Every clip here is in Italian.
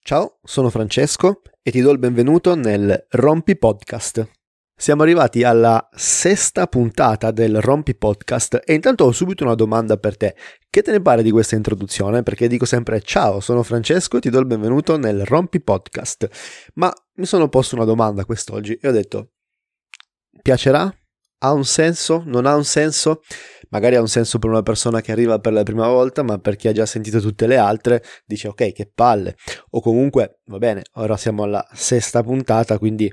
Ciao, sono Francesco e ti do il benvenuto nel Rompi Podcast. Siamo arrivati alla sesta puntata del Rompi Podcast e intanto ho subito una domanda per te. Che te ne pare di questa introduzione? Perché dico sempre ciao, sono Francesco e ti do il benvenuto nel Rompi Podcast. Ma mi sono posto una domanda quest'oggi e ho detto, piacerà? Ha un senso? Non ha un senso? Magari ha un senso per una persona che arriva per la prima volta, ma per chi ha già sentito tutte le altre dice ok, che palle. O comunque, va bene, ora siamo alla sesta puntata, quindi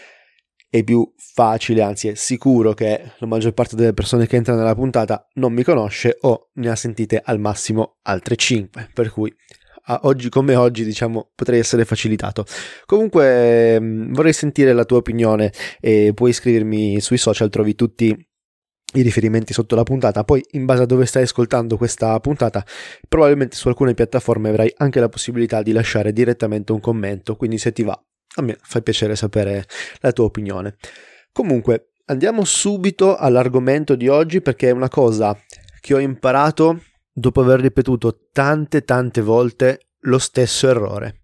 è più facile, anzi è sicuro che la maggior parte delle persone che entrano nella puntata non mi conosce o ne ha sentite al massimo altre 5, per cui oggi come oggi, diciamo, potrei essere facilitato. Comunque vorrei sentire la tua opinione e puoi iscrivermi sui social, trovi tutti i riferimenti sotto la puntata. Poi in base a dove stai ascoltando questa puntata, probabilmente su alcune piattaforme avrai anche la possibilità di lasciare direttamente un commento, quindi se ti va, a me fa piacere sapere la tua opinione. Comunque andiamo subito all'argomento di oggi, perché è una cosa che ho imparato dopo aver ripetuto tante volte lo stesso errore.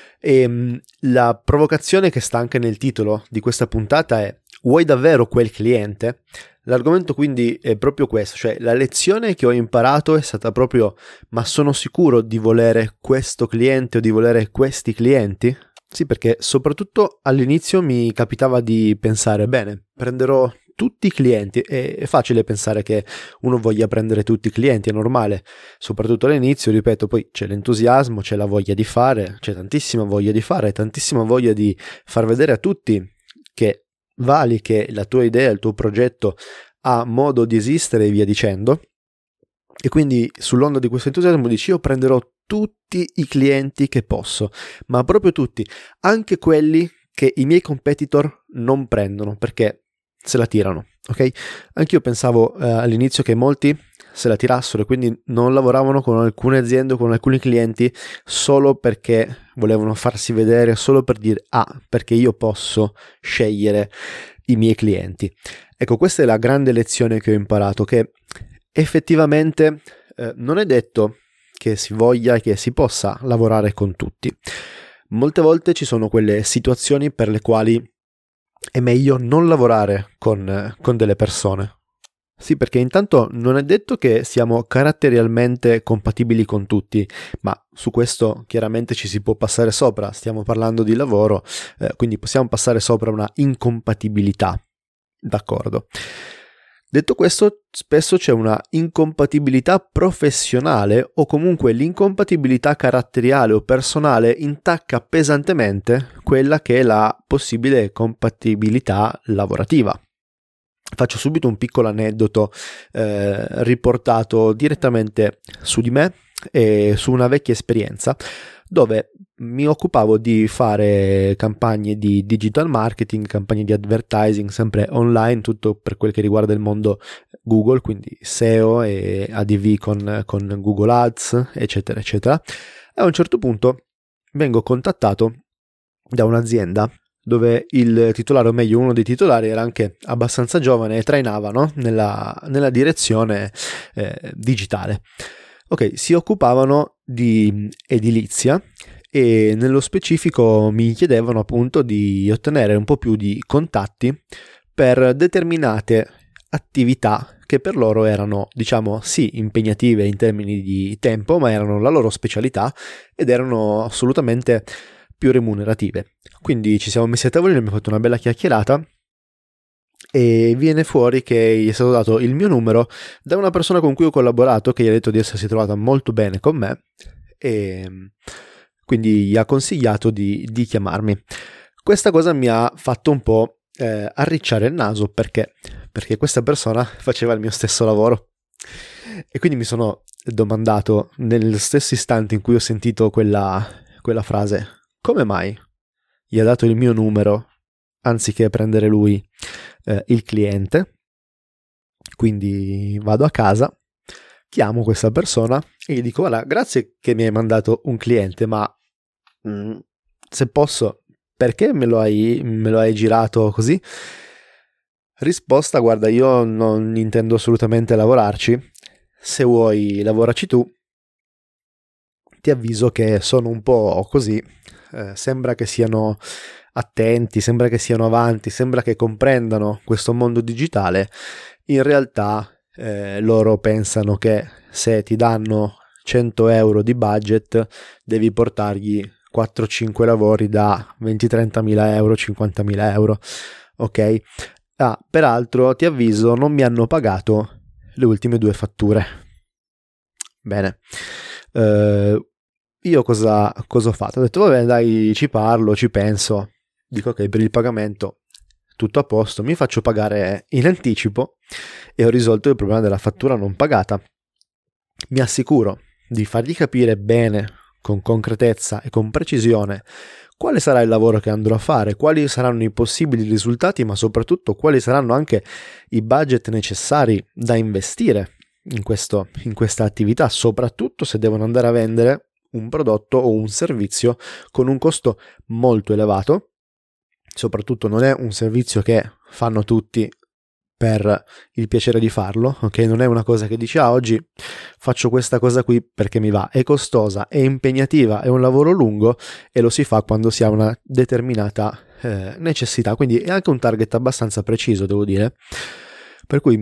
E la provocazione che sta anche nel titolo di questa puntata è: vuoi davvero quel cliente? L'argomento quindi è proprio questo, cioè la lezione che ho imparato è stata proprio: ma sono sicuro di volere questo cliente o di volere questi clienti? Sì, perché soprattutto all'inizio mi capitava di pensare, bene, prenderò tutti i clienti. È facile pensare che uno voglia prendere tutti i clienti, è normale, soprattutto all'inizio, ripeto, poi c'è l'entusiasmo, c'è la voglia di fare, c'è tantissima voglia di fare, tantissima voglia di far vedere a tutti che vali, che la tua idea, il tuo progetto ha modo di esistere e via dicendo. E quindi sull'onda di questo entusiasmo dici: io prenderò tutti i clienti che posso, ma proprio tutti, anche quelli che i miei competitor non prendono, perché se la tirano, ok? Anch'io pensavo all'inizio che molti se la tirassero e quindi non lavoravano con alcune aziende, con alcuni clienti, solo perché volevano farsi vedere, solo per dire perché io posso scegliere i miei clienti. Ecco, questa è la grande lezione che ho imparato, che effettivamente non è detto che si voglia e che si possa lavorare con tutti. Molte volte ci sono quelle situazioni per le quali è meglio non lavorare con delle persone. Sì, perché intanto non è detto che siamo caratterialmente compatibili con tutti, ma su questo chiaramente ci si può passare sopra. Stiamo parlando di lavoro, quindi possiamo passare sopra una incompatibilità. D'accordo. Detto questo, spesso c'è una incompatibilità professionale o comunque l'incompatibilità caratteriale o personale intacca pesantemente quella che è la possibile compatibilità lavorativa. Faccio subito un piccolo aneddoto riportato direttamente su di me e su una vecchia esperienza, dove mi occupavo di fare campagne di digital marketing, campagne di advertising, sempre online, tutto per quel che riguarda il mondo Google, quindi SEO e ADV con Google Ads, eccetera, eccetera. E a un certo punto vengo contattato da un'azienda dove il titolare, o meglio uno dei titolari, era anche abbastanza giovane e trainava, no? nella direzione digitale. Ok, si occupavano di edilizia e nello specifico mi chiedevano appunto di ottenere un po' più di contatti per determinate attività che per loro erano, diciamo, sì, impegnative in termini di tempo, ma erano la loro specialità ed erano assolutamente più remunerative. Quindi ci siamo messi a tavolino, abbiamo fatto una bella chiacchierata e viene fuori che gli è stato dato il mio numero da una persona con cui ho collaborato, che gli ha detto di essersi trovata molto bene con me e quindi gli ha consigliato di chiamarmi. Questa cosa mi ha fatto un po' arricciare il naso, perché questa persona faceva il mio stesso lavoro e quindi mi sono domandato, nello stesso istante in cui ho sentito quella frase: come mai gli ha dato il mio numero anziché prendere lui il cliente? Quindi vado a casa, chiamo questa persona e gli dico: guarda, grazie che mi hai mandato un cliente, ma se posso, perché me lo hai girato così? Risposta: guarda, io non intendo assolutamente lavorarci, se vuoi lavoraci tu, ti avviso che sono un po' così, sembra che siano attenti, sembra che siano avanti, sembra che comprendano questo mondo digitale. In realtà loro pensano che se ti danno 100 euro di budget devi portargli 4-5 lavori da 20-30 mila euro, 50 mila euro, ok? Peraltro ti avviso, non mi hanno pagato le ultime 2 fatture. Bene, io cosa ho fatto? Ho detto vabbè dai, ci parlo, ci penso, dico ok, per il pagamento tutto a posto, mi faccio pagare in anticipo e ho risolto il problema della fattura non pagata. Mi assicuro di fargli capire bene, con concretezza e con precisione, quale sarà il lavoro che andrò a fare, quali saranno i possibili risultati, ma soprattutto quali saranno anche i budget necessari da investire in questa attività, soprattutto se devono andare a vendere un prodotto o un servizio con un costo molto elevato. Soprattutto non è un servizio che fanno tutti per il piacere di farlo, ok? Non è una cosa che dici oggi faccio questa cosa qui perché mi va, è costosa, è impegnativa, è un lavoro lungo e lo si fa quando si ha una determinata necessità, quindi è anche un target abbastanza preciso, devo dire, per cui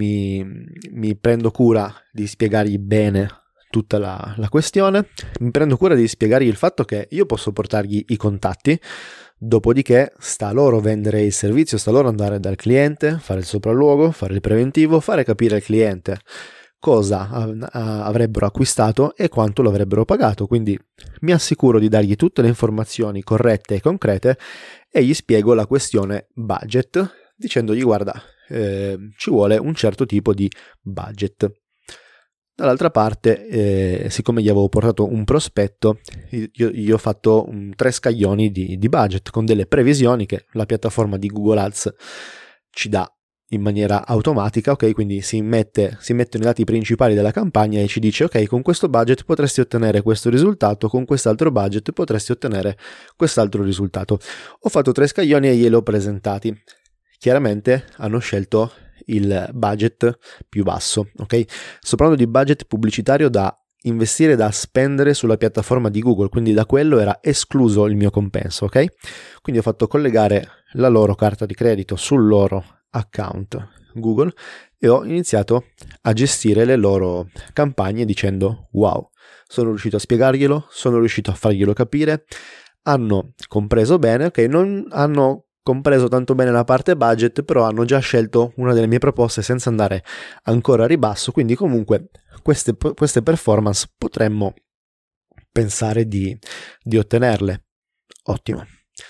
mi prendo cura di spiegargli bene tutta la questione, mi prendo cura di spiegargli il fatto che io posso portargli i contatti. Dopodiché sta a loro vendere il servizio, sta a loro andare dal cliente, fare il sopralluogo, fare il preventivo, fare capire al cliente cosa avrebbero acquistato e quanto lo avrebbero pagato. Quindi mi assicuro di dargli tutte le informazioni corrette e concrete e gli spiego la questione budget, dicendogli guarda, ci vuole un certo tipo di budget. Dall'altra parte, siccome gli avevo portato un prospetto, io ho fatto 3 scaglioni di budget con delle previsioni che la piattaforma di Google Ads ci dà in maniera automatica, ok? Quindi si mettono i dati principali della campagna e ci dice ok, con questo budget potresti ottenere questo risultato, con quest'altro budget potresti ottenere quest'altro risultato. Ho fatto 3 scaglioni e glieli ho presentati. Chiaramente hanno scelto il budget più basso, ok? Sto parlando di budget pubblicitario da investire, da spendere sulla piattaforma di Google, quindi da quello era escluso il mio compenso, ok? Quindi ho fatto collegare la loro carta di credito sul loro account Google e ho iniziato a gestire le loro campagne dicendo wow, sono riuscito a spiegarglielo, sono riuscito a farglielo capire, hanno compreso bene, ok? Non hanno compreso tanto bene la parte budget, però hanno già scelto una delle mie proposte senza andare ancora a ribasso, quindi comunque queste performance potremmo pensare di ottenerle. Ottimo.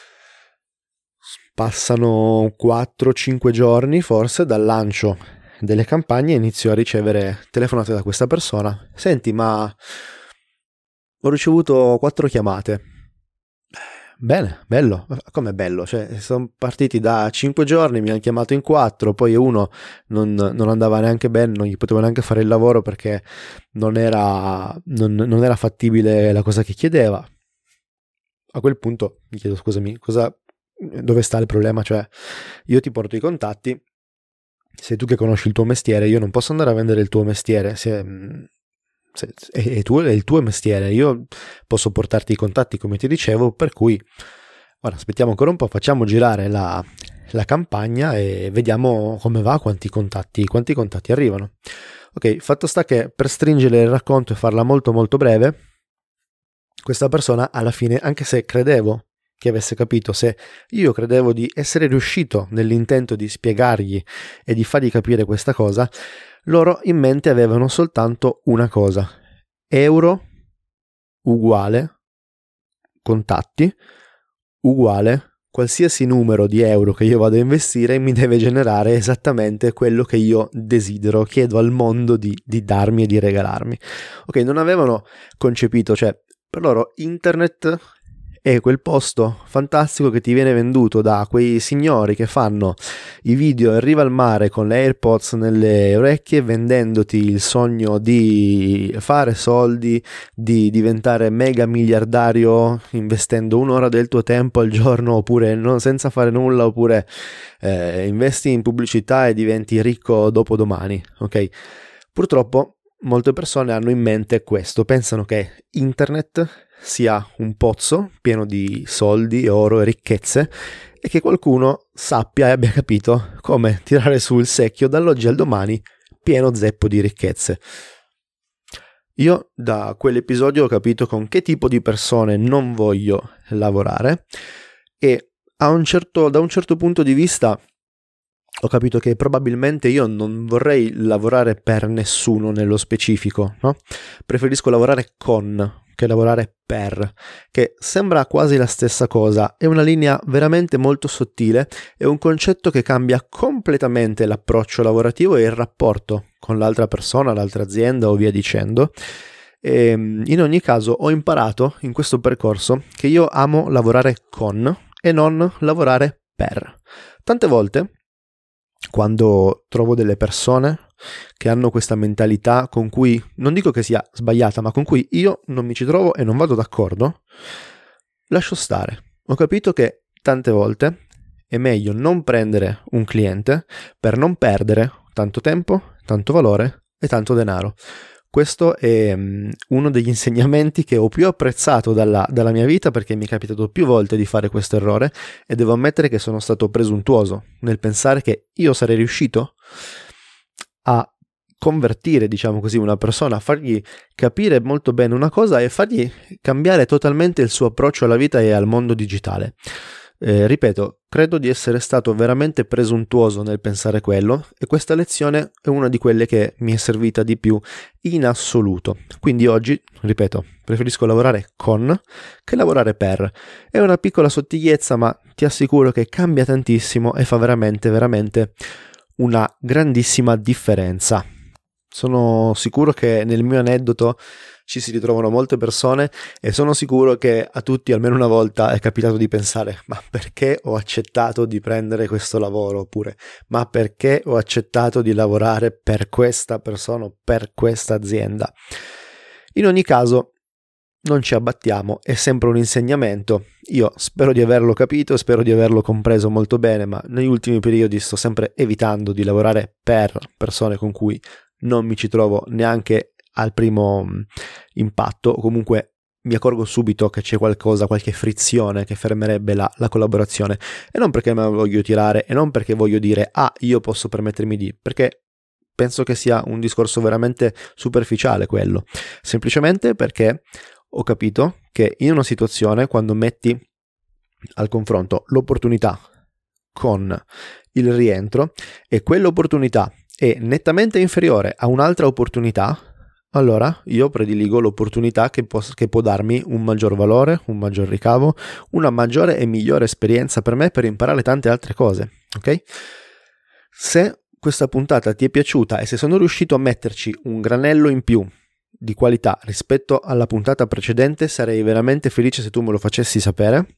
Passano 4-5 giorni forse dal lancio delle campagne e inizio a ricevere telefonate da questa persona. Senti, ma ho ricevuto 4 chiamate. Bene, bello, com'è bello, cioè sono partiti da 5 giorni, mi hanno chiamato in 4, poi uno non andava neanche bene, non gli potevo neanche fare il lavoro perché non era fattibile la cosa che chiedeva. A quel punto mi chiedo scusami, dove sta il problema? Cioè io ti porto i contatti, sei tu che conosci il tuo mestiere, io non posso andare a vendere il tuo mestiere, è il tuo mestiere, io posso portarti i contatti come ti dicevo, per cui ora aspettiamo ancora un po', facciamo girare la campagna e vediamo come va, quanti contatti arrivano. Ok, fatto sta che per stringere il racconto e farla molto molto breve, questa persona alla fine, anche se credevo che avesse capito, se io credevo di essere riuscito nell'intento di spiegargli e di fargli capire questa cosa, loro in mente avevano soltanto una cosa: euro uguale contatti uguale qualsiasi numero di euro che io vado a investire mi deve generare esattamente quello che io desidero, chiedo al mondo di darmi e di regalarmi. Ok, non avevano concepito, cioè per loro internet è quel posto fantastico che ti viene venduto da quei signori che fanno i video in riva al mare con le AirPods nelle orecchie, vendendoti il sogno di fare soldi, di diventare mega miliardario investendo 1 ora del tuo tempo al giorno, oppure senza fare nulla, oppure investi in pubblicità e diventi ricco dopodomani, ok? Purtroppo molte persone hanno in mente questo, pensano che internet sia un pozzo pieno di soldi, oro e ricchezze e che qualcuno sappia e abbia capito come tirare su il secchio dall'oggi al domani pieno zeppo di ricchezze. Io da quell'episodio ho capito con che tipo di persone non voglio lavorare e da un certo punto di vista ho capito che probabilmente io non vorrei lavorare per nessuno nello specifico, no? Preferisco lavorare con che lavorare per, che sembra quasi la stessa cosa, è una linea veramente molto sottile, è un concetto che cambia completamente l'approccio lavorativo e il rapporto con l'altra persona, l'altra azienda o via dicendo. E in ogni caso ho imparato in questo percorso che io amo lavorare con e non lavorare per. Tante volte quando trovo delle persone che hanno questa mentalità con cui, non dico che sia sbagliata, ma con cui io non mi ci trovo e non vado d'accordo, lascio stare. Ho capito che tante volte è meglio non prendere un cliente per non perdere tanto tempo, tanto valore e tanto denaro. Questo è uno degli insegnamenti che ho più apprezzato dalla mia vita, perché mi è capitato più volte di fare questo errore e devo ammettere che sono stato presuntuoso nel pensare che io sarei riuscito a convertire, diciamo così, una persona, a fargli capire molto bene una cosa e fargli cambiare totalmente il suo approccio alla vita e al mondo digitale. Ripeto, credo di essere stato veramente presuntuoso nel pensare quello e questa lezione è una di quelle che mi è servita di più in assoluto. Quindi oggi, ripeto, preferisco lavorare con che lavorare per. È una piccola sottigliezza, ma ti assicuro che cambia tantissimo e fa veramente, veramente una grandissima differenza. Sono sicuro che nel mio aneddoto ci si ritrovano molte persone e sono sicuro che a tutti almeno una volta è capitato di pensare: ma perché ho accettato di prendere questo lavoro? Oppure ma perché ho accettato di lavorare per questa persona o per questa azienda? In ogni caso non ci abbattiamo, è sempre un insegnamento. Io spero di averlo capito, spero di averlo compreso molto bene, ma negli ultimi periodi sto sempre evitando di lavorare per persone con cui non mi ci trovo neanche al primo impatto, o comunque mi accorgo subito che c'è qualche frizione che fermerebbe la collaborazione, e non perché me la voglio tirare e non perché voglio dire io posso permettermi di, perché penso che sia un discorso veramente superficiale quello, semplicemente perché ho capito che in una situazione, quando metti al confronto l'opportunità con il rientro e quell'opportunità è nettamente inferiore a un'altra opportunità, allora io prediligo l'opportunità che può darmi un maggior valore, un maggior ricavo, una maggiore e migliore esperienza per me per imparare tante altre cose, ok? Se questa puntata ti è piaciuta e se sono riuscito a metterci un granello in più di qualità rispetto alla puntata precedente, sarei veramente felice se tu me lo facessi sapere.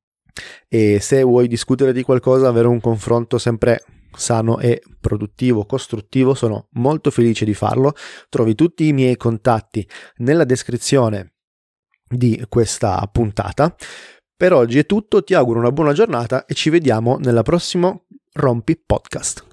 E se vuoi discutere di qualcosa, avere un confronto sempre sano e produttivo, costruttivo, sono molto felice di farlo. Trovi tutti i miei contatti nella descrizione di questa puntata. Per oggi è tutto, ti auguro una buona giornata e ci vediamo nella prossima Rompi Podcast.